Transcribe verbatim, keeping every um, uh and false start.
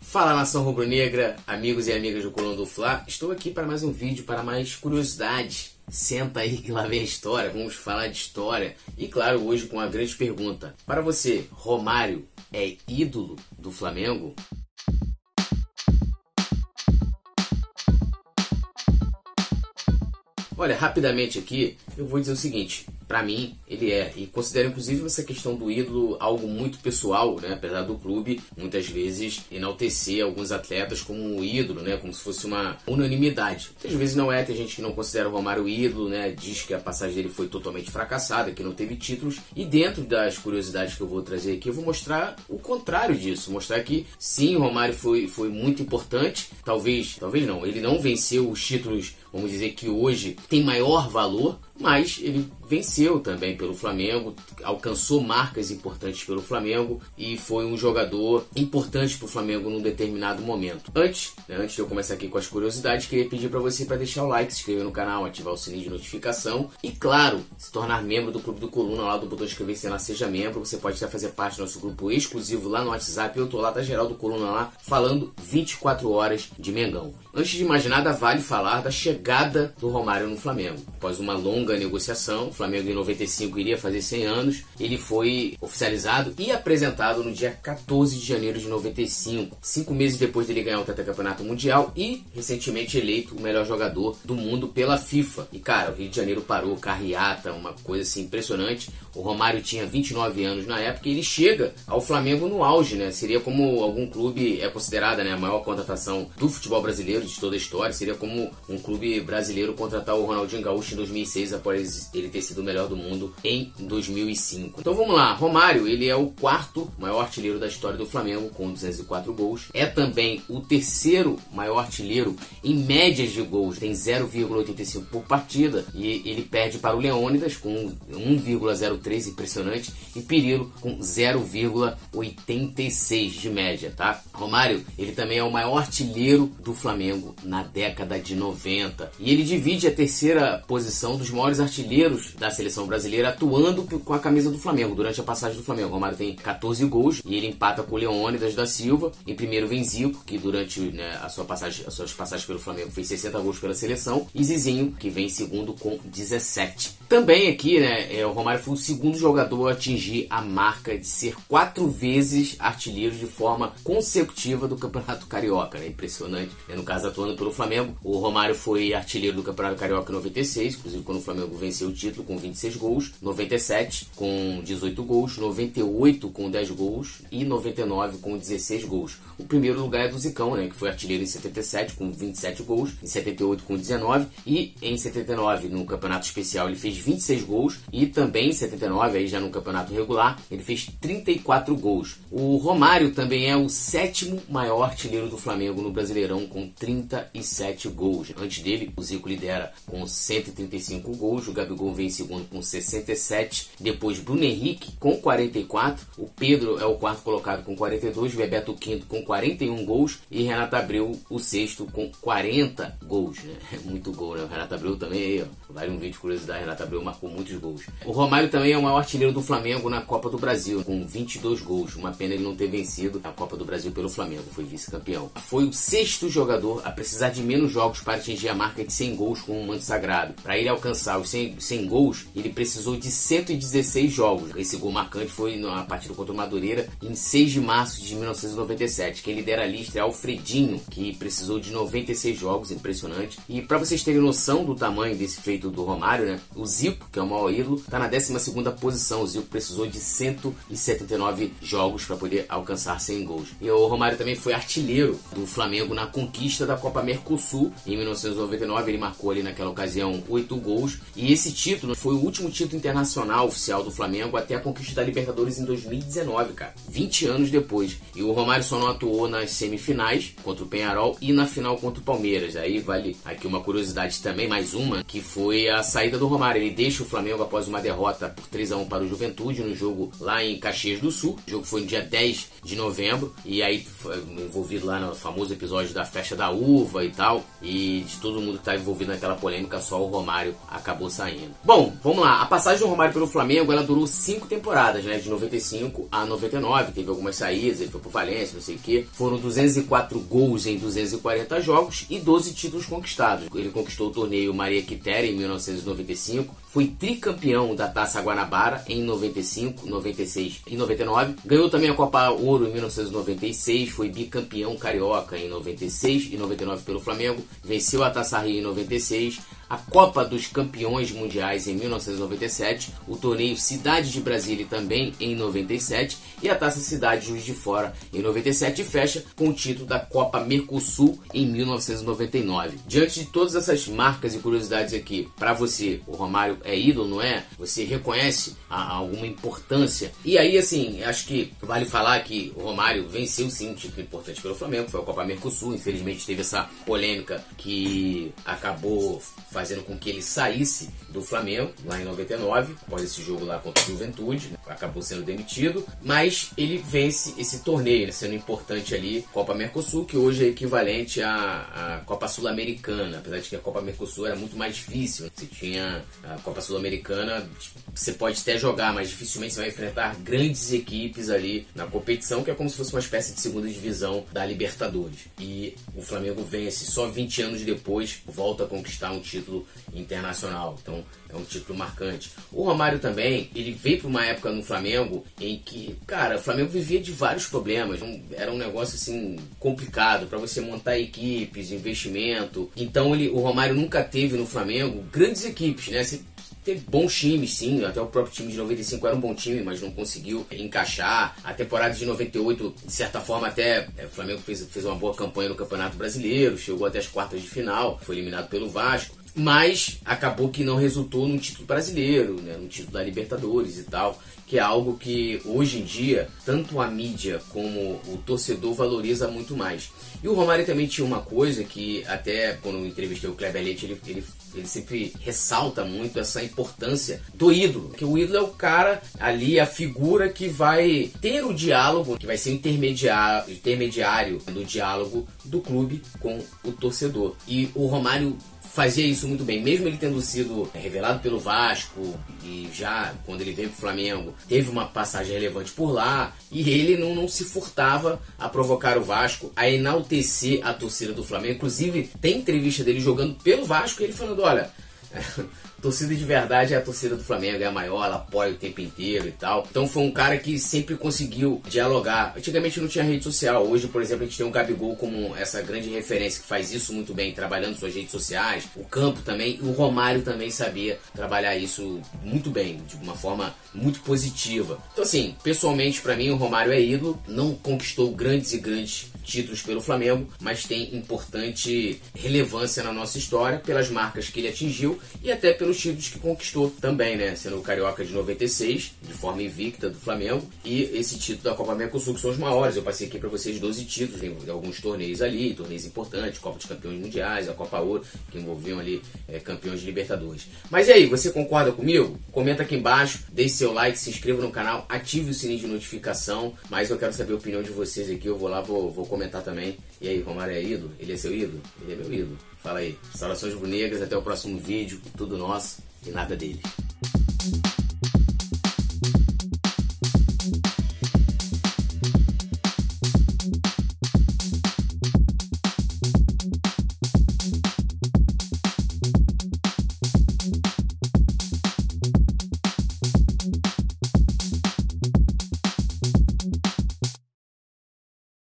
Fala, nação rubro-negra, amigos e amigas do Coluna do Fla. Estou aqui para mais um vídeo, para mais curiosidades. Senta aí que lá vem a história, vamos falar de história. E claro, hoje com uma grande pergunta. Para você, Romário é ídolo do Flamengo? Olha, rapidamente aqui, eu vou dizer o seguinte. Pra mim, ele é, e considero inclusive essa questão do ídolo algo muito pessoal, né? Apesar do clube, muitas vezes, enaltecer alguns atletas como um ídolo, né? Como se fosse uma unanimidade. Muitas vezes não é, tem gente que não considera o Romário ídolo, né? Diz que a passagem dele foi totalmente fracassada, que não teve títulos. E dentro das curiosidades que eu vou trazer aqui, eu vou mostrar o contrário disso. Mostrar que, sim, o Romário foi, foi muito importante. Talvez, talvez não, ele não venceu os títulos, vamos dizer que hoje tem maior valor, mas ele venceu também pelo Flamengo, alcançou marcas importantes pelo Flamengo e foi um jogador importante para o Flamengo num determinado momento. Antes, né, antes de eu começar aqui com as curiosidades, queria pedir para você para deixar o like, se inscrever no canal, ativar o sininho de notificação e, claro, se tornar membro do Clube do Coluna, lá do botão inscrever-se lá, seja membro. Você pode até fazer parte do nosso grupo exclusivo lá no WhatsApp. Eu tô lá, tá geral do Coluna lá, falando vinte e quatro horas de Mengão. Antes de mais nada, vale falar da chegada do Romário no Flamengo. Após uma longa negociação, o Flamengo em noventa e cinco iria fazer cem anos, ele foi oficializado e apresentado no dia quatorze de janeiro de noventa e cinco, cinco meses depois dele ganhar o tetracampeonato mundial e recentemente eleito o melhor jogador do mundo pela FIFA. E cara, o Rio de Janeiro parou, carreata, uma coisa assim impressionante. O Romário tinha vinte e nove anos na época e ele chega ao Flamengo no auge, né? Seria como algum clube é considerada, né, a maior contratação do futebol brasileiro de toda a história. Seria como um clube brasileiro contratar o Ronaldinho Gaúcho em dois mil e seis após ele ter sido o melhor do mundo em dois mil e cinco. Então vamos lá, Romário, ele é o quarto maior artilheiro da história do Flamengo com duzentos e quatro gols. É também o terceiro maior artilheiro em médias de gols, tem zero vírgula oitenta e cinco por partida e ele perde para o Leônidas com um vírgula zero três, impressionante, e Pereiro com zero vírgula oitenta e seis de média, tá? Romário, ele também é o maior artilheiro do Flamengo na década de noventa e ele divide a terceira posição dos maiores artilheiros da seleção brasileira atuando com a camisa do Flamengo durante a passagem do Flamengo. O Romário tem quatorze gols e ele empata com o Leônidas da Silva. Em primeiro vem Zico, que durante, né, a sua passagem, as suas passagens pelo Flamengo fez sessenta gols pela seleção, e Zizinho, que vem em segundo com dezessete. Também aqui, né, é, o Romário foi o segundo jogador a atingir a marca de ser quatro vezes artilheiro de forma consecutiva do Campeonato Carioca, né? Impressionante. No caso, atuando pelo Flamengo, o Romário foi artilheiro do Campeonato Carioca em noventa e seis, inclusive quando o Flamengo venceu o título com vinte e seis gols, noventa e sete com dezoito gols, noventa e oito com dez gols e noventa e nove com dezesseis gols. O primeiro lugar é do Zicão, né, que foi artilheiro em setenta e sete com vinte e sete gols, em setenta e oito com dezenove e em setenta e nove no Campeonato Especial ele fez vinte e seis gols e também em setenta e nove, aí já no Campeonato Regular, ele fez trinta e quatro gols. O Romário também é o sétimo maior artilheiro do Flamengo no Brasileirão com trinta e sete gols. Antes dele, o Zico lidera com cento e trinta e cinco gols, o Gabigol vem em segundo com sessenta e sete, depois Bruno Henrique com quarenta e quatro, o Pedro é o quarto colocado com quarenta e dois, Bebeto o quinto com quarenta e um gols e Renato Abreu o sexto com quarenta gols, né? Muito gol, né? O Renato Abreu também aí, ó, vale um vídeo de curiosidade, Renato Abreu marcou muitos gols. O Romário também é o maior artilheiro do Flamengo na Copa do Brasil, com vinte e dois gols, uma pena ele não ter vencido a Copa do Brasil pelo Flamengo, foi vice-campeão. Foi o sexto jogador a precisar de menos jogos para atingir a marca de cem gols com um manto sagrado. Para ele alcançar os cem, cem gols, ele precisou de cento e dezesseis jogos. Esse gol marcante foi na partida contra o Madureira em seis de março de mil novecentos e noventa e sete. Quem lidera a lista é Alfredinho, que precisou de noventa e seis jogos, impressionante. E para vocês terem noção do tamanho desse feito do Romário, né, o Zico, que é o maior ídolo, está na décima segunda posição. O Zico precisou de cento e setenta e nove jogos para poder alcançar cem gols. E o Romário também foi artilheiro do Flamengo na conquista da Copa Mercosul em mil novecentos e noventa e nove. Ele marcou ali naquela ocasião oito gols. E esse título foi o último título internacional oficial do Flamengo até a conquista da Libertadores em dois mil e dezenove, cara. vinte anos depois. E o Romário só não atuou nas semifinais contra o Peñarol e na final contra o Palmeiras. Aí vale aqui uma curiosidade também, mais uma, que foi a saída do Romário. Ele deixa o Flamengo após uma derrota por três a um para o Juventude no jogo lá em Caxias do Sul. O jogo foi no dia dez de novembro e aí foi envolvido lá no famoso episódio da festa da uva e tal. E de todo mundo que estava envolvido naquela polêmica, só o Romário acabou acabou saindo. Bom, vamos lá. A passagem do Romário pelo Flamengo, ela durou cinco temporadas, né? De noventa e cinco a noventa e nove. Teve algumas saídas, ele foi pro Valência, não sei o quê. Foram duzentos e quatro gols em duzentos e quarenta jogos e doze títulos conquistados. Ele conquistou o torneio Maria Quitéria em mil novecentos e noventa e cinco. Foi tricampeão da Taça Guanabara em noventa e cinco, noventa e seis e noventa e nove. Ganhou também a Copa Ouro em mil novecentos e noventa e seis. Foi bicampeão carioca em noventa e seis e noventa e nove pelo Flamengo. Venceu a Taça Rio em noventa e seis. A Copa dos Campeões Mundiais em mil novecentos e noventa e sete, o torneio Cidade de Brasília também em noventa e sete e a Taça Cidade Juiz de Fora em noventa e sete, e fecha com o título da Copa Mercosul em mil novecentos e noventa e nove. Diante de todas essas marcas e curiosidades aqui, para você, o Romário é ídolo, não é? Você reconhece a, a alguma importância? E aí, assim, acho que vale falar que o Romário venceu sim um título importante pelo Flamengo, foi a Copa Mercosul. Infelizmente teve essa polêmica que acabou fazendo com que ele saísse do Flamengo lá em noventa e nove, após esse jogo lá contra o Juventude, né? Acabou sendo demitido, mas ele vence esse torneio, né? Sendo importante ali, Copa Mercosul, que hoje é equivalente à, à Copa Sul-Americana, apesar de que a Copa Mercosul era muito mais difícil, né? Você tinha a Copa Sul-Americana, você pode até jogar, mas dificilmente você vai enfrentar grandes equipes ali na competição, que é como se fosse uma espécie de segunda divisão da Libertadores. E o Flamengo vence só vinte anos depois, volta a conquistar um título internacional, então é um título marcante. O Romário também, ele veio para uma época no Flamengo em que, cara, o Flamengo vivia de vários problemas, era um negócio assim complicado para você montar equipes, investimento. Então ele, o Romário nunca teve no Flamengo grandes equipes, né? Você teve bons times, sim, até o próprio time de noventa e cinco era um bom time, mas não conseguiu encaixar. A temporada de noventa e oito, de certa forma, até o Flamengo fez, fez uma boa campanha no Campeonato Brasileiro, chegou até as quartas de final, foi eliminado pelo Vasco, mas acabou que não resultou num título brasileiro, né, num título da Libertadores e tal, que é algo que hoje em dia tanto a mídia como o torcedor valoriza muito mais. E o Romário também tinha uma coisa que até quando eu entrevistei o Kleber Leite, ele, ele, ele sempre ressalta muito essa importância do ídolo, que o ídolo é o cara ali, a figura que vai ter o diálogo, que vai ser intermediário, intermediário do diálogo do clube com o torcedor. E o Romário fazia isso muito bem, mesmo ele tendo sido revelado pelo Vasco e já quando ele veio pro Flamengo teve uma passagem relevante por lá, e ele não, não se furtava a provocar o Vasco, a enaltecer a torcida do Flamengo. Inclusive tem entrevista dele jogando pelo Vasco e ele falando, olha, torcida de verdade é a torcida do Flamengo, é a maior, ela apoia o tempo inteiro e tal. Então foi um cara que sempre conseguiu dialogar. Antigamente não tinha rede social, hoje, por exemplo, a gente tem o Gabigol como essa grande referência que faz isso muito bem, trabalhando suas redes sociais, o Campo também, o Romário também sabia trabalhar isso muito bem, de uma forma muito positiva. Então assim, pessoalmente pra mim o Romário é ídolo, não conquistou grandes e grandes títulos pelo Flamengo, mas tem importante relevância na nossa história pelas marcas que ele atingiu e até pelos títulos que conquistou também, né? Sendo o Carioca de noventa e seis, de forma invicta do Flamengo, e esse título da Copa Mercosul, que são os maiores. Eu passei aqui para vocês doze títulos, tem alguns torneios ali, torneios importantes, Copa dos Campeões Mundiais, a Copa Ouro, que envolviam ali é, campeões de Libertadores. Mas e aí, você concorda comigo? Comenta aqui embaixo, deixe seu like, se inscreva no canal, ative o sininho de notificação, mas eu quero saber a opinião de vocês aqui, eu vou lá, vou, vou comentar também. E aí, Romário é ídolo? Ele é seu ídolo? Ele é meu ídolo. Fala aí. Saudações rubro-negras, até o próximo vídeo. Tudo nosso e nada dele.